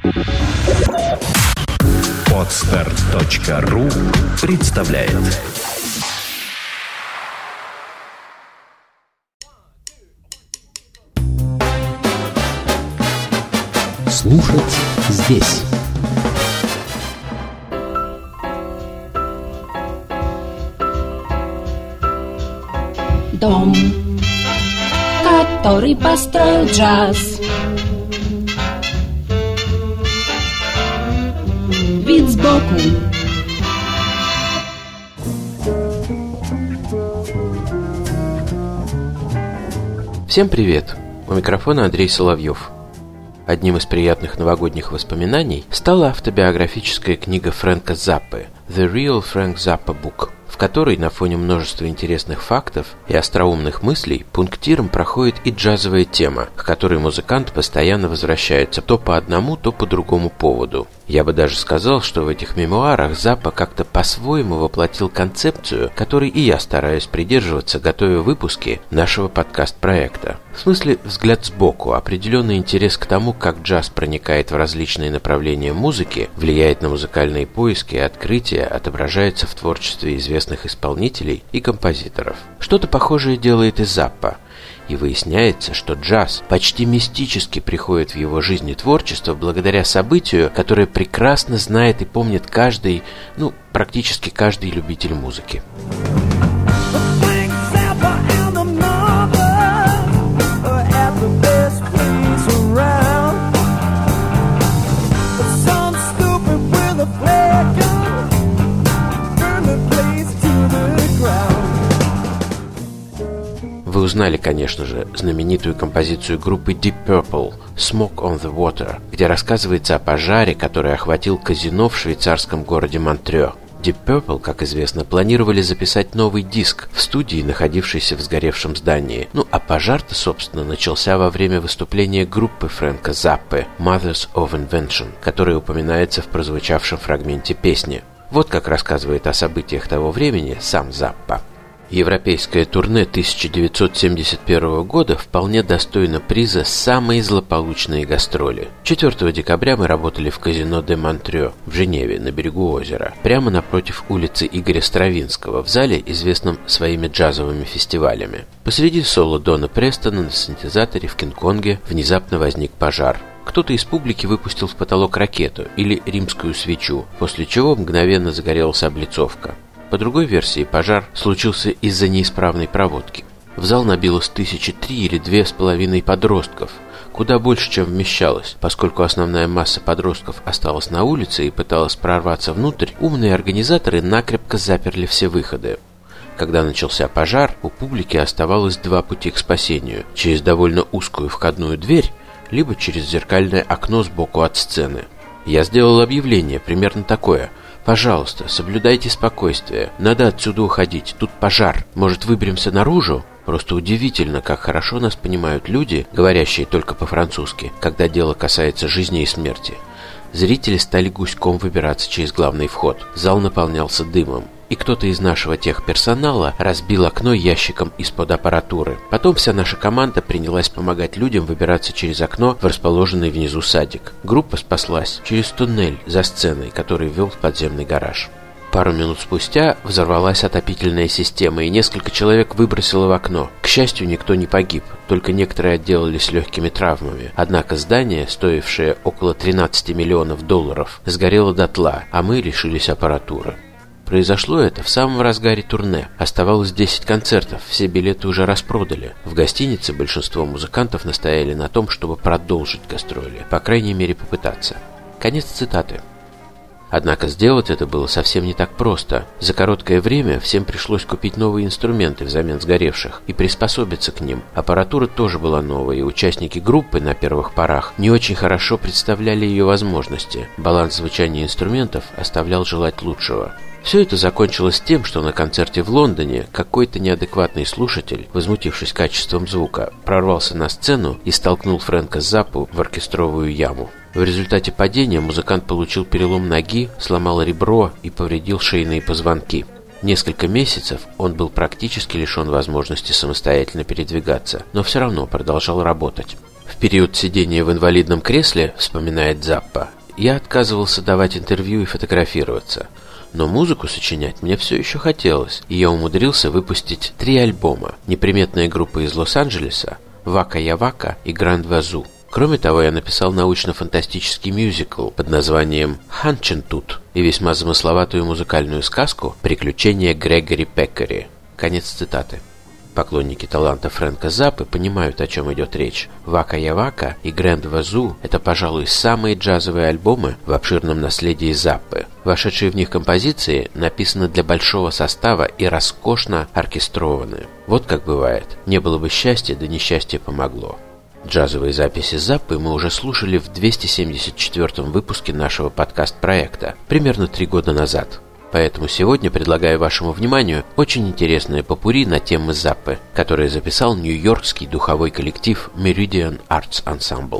Podster.ru представляет. Слушать здесь. Дом, который построил джаз. Вид сбоку. Всем привет! У микрофона Андрей Соловьев. Одним из приятных новогодних воспоминаний стала автобиографическая книга Фрэнка Заппы «The Real Frank Zappa Book», в которой на фоне множества интересных фактов и остроумных мыслей пунктиром проходит и джазовая тема, к которой музыкант постоянно возвращается то по одному, то по другому поводу. Я бы даже сказал, что в этих мемуарах Заппа как-то по-своему воплотил концепцию, которой и я стараюсь придерживаться, готовя выпуски нашего подкаст-проекта. В смысле, взгляд сбоку, определенный интерес к тому, как джаз проникает в различные направления музыки, влияет на музыкальные поиски и открытия, отображается в творчестве известных исполнителей и композиторов. Что-то похожее делает и Заппа. И выясняется, что джаз почти мистически приходит в его жизнь и творчество благодаря событию, которое прекрасно знает и помнит каждый, практически каждый любитель музыки. Вы узнали, конечно же, знаменитую композицию группы Deep Purple «Smoke on the Water», где рассказывается о пожаре, который охватил казино в швейцарском городе Монтрё. Deep Purple, как известно, планировали записать новый диск в студии, находившейся в сгоревшем здании. А пожар-то, собственно, начался во время выступления группы Фрэнка Заппы «Mothers of Invention», которая упоминается в прозвучавшем фрагменте песни. Вот как рассказывает о событиях того времени сам Заппа. Европейское турне 1971 года вполне достойно приза «Самые злополучные гастроли». 4 декабря мы работали в казино де Монтрё в Женеве на берегу озера, прямо напротив улицы Игоря Стравинского, в зале, известном своими джазовыми фестивалями. Посреди соло Дона Престона на синтезаторе в Кинг-Конге внезапно возник пожар. Кто-то из публики выпустил в потолок ракету или римскую свечу, после чего мгновенно загорелась облицовка. По другой версии, пожар случился из-за неисправной проводки. В зал набилось 1003 или 2,5 подростков, куда больше, чем вмещалось. Поскольку основная масса подростков осталась на улице и пыталась прорваться внутрь, умные организаторы накрепко заперли все выходы. Когда начался пожар, у публики оставалось два пути к спасению: через довольно узкую входную дверь, либо через зеркальное окно сбоку от сцены. Я сделал объявление примерно такое: «Пожалуйста, соблюдайте спокойствие. Надо отсюда уходить. Тут пожар. Может, выберемся наружу?» Просто удивительно, как хорошо нас понимают люди, говорящие только по-французски, когда дело касается жизни и смерти. Зрители стали гуськом выбираться через главный вход. Зал наполнялся дымом. И кто-то из нашего техперсонала разбил окно ящиком из-под аппаратуры. Потом вся наша команда принялась помогать людям выбираться через окно в расположенный внизу садик. Группа спаслась через туннель за сценой, который вел в подземный гараж. Пару минут спустя взорвалась отопительная система, и несколько человек выбросило в окно. К счастью, никто не погиб, только некоторые отделались легкими травмами. Однако здание, стоившее около 13 миллионов долларов, сгорело дотла, а мы лишились аппаратуры. Произошло это в самом разгаре турне. Оставалось 10 концертов, все билеты уже распродали. В гостинице большинство музыкантов настояли на том, чтобы продолжить гастроли, по крайней мере попытаться. Конец цитаты. Однако сделать это было совсем не так просто. За короткое время всем пришлось купить новые инструменты взамен сгоревших и приспособиться к ним. Аппаратура тоже была новая, и участники группы на первых порах не очень хорошо представляли ее возможности. Баланс звучания инструментов оставлял желать лучшего. Все это закончилось тем, что на концерте в Лондоне какой-то неадекватный слушатель, возмутившись качеством звука, прорвался на сцену и столкнул Фрэнка Заппу в оркестровую яму. В результате падения музыкант получил перелом ноги, сломал ребро и повредил шейные позвонки. Несколько месяцев он был практически лишен возможности самостоятельно передвигаться, но все равно продолжал работать. В период сидения в инвалидном кресле, вспоминает Заппа, я отказывался давать интервью и фотографироваться. Но музыку сочинять мне все еще хотелось, и я умудрился выпустить 3 альбома неприметные группы из Лос-Анджелеса, Вака Я Вака и Гранд Вазу. Кроме того, я написал научно-фантастический мюзикл под названием «Ханчентут» и весьма замысловатую музыкальную сказку «Приключения Грегори Пеккари». Конец цитаты. Поклонники таланта Фрэнка Заппы понимают, о чем идет речь. «Вака Я Вака» и «Гранд Вазу» — это, пожалуй, самые джазовые альбомы в обширном наследии Заппы. Вошедшие в них композиции написаны для большого состава и роскошно оркестрованы. Вот как бывает. Не было бы счастья, да несчастье помогло. Джазовые записи Заппы мы уже слушали в 274-м выпуске нашего подкаст-проекта, примерно 3 года назад. Поэтому сегодня предлагаю вашему вниманию очень интересное попурри на темы Заппы, которое записал нью-йоркский духовой коллектив Meridian Arts Ensemble.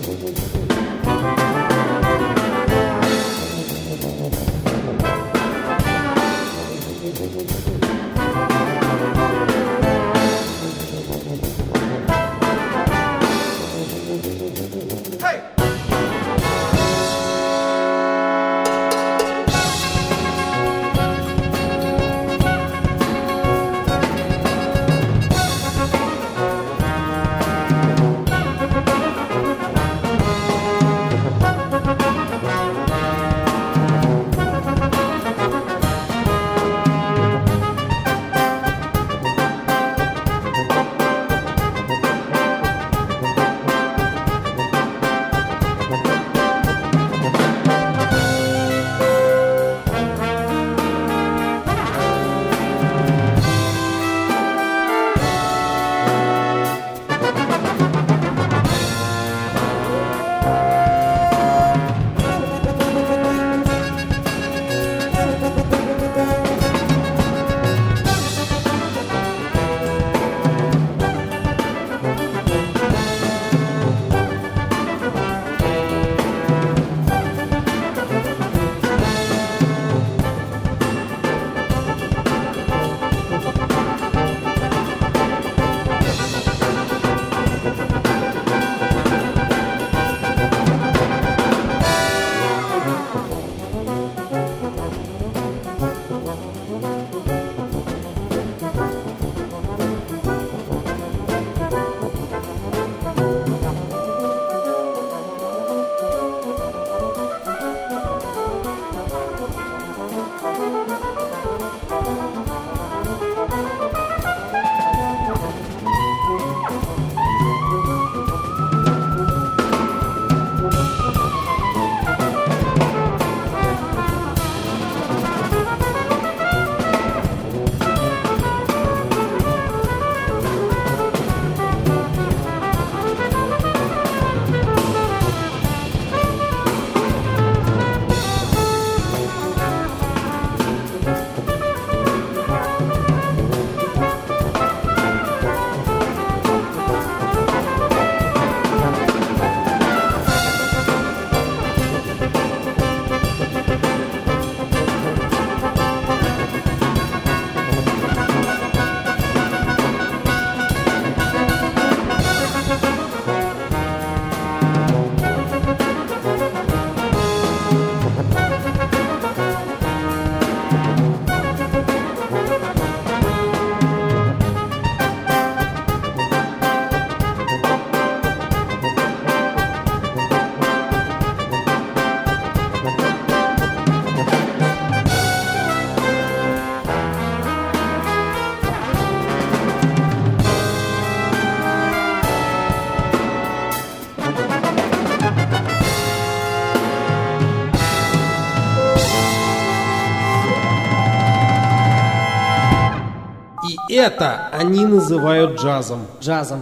Это они называют джазом. Джазом.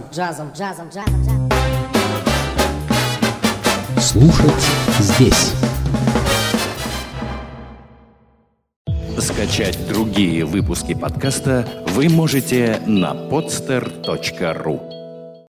Слушать здесь. Скачать другие выпуски подкаста вы можете на podster.ru.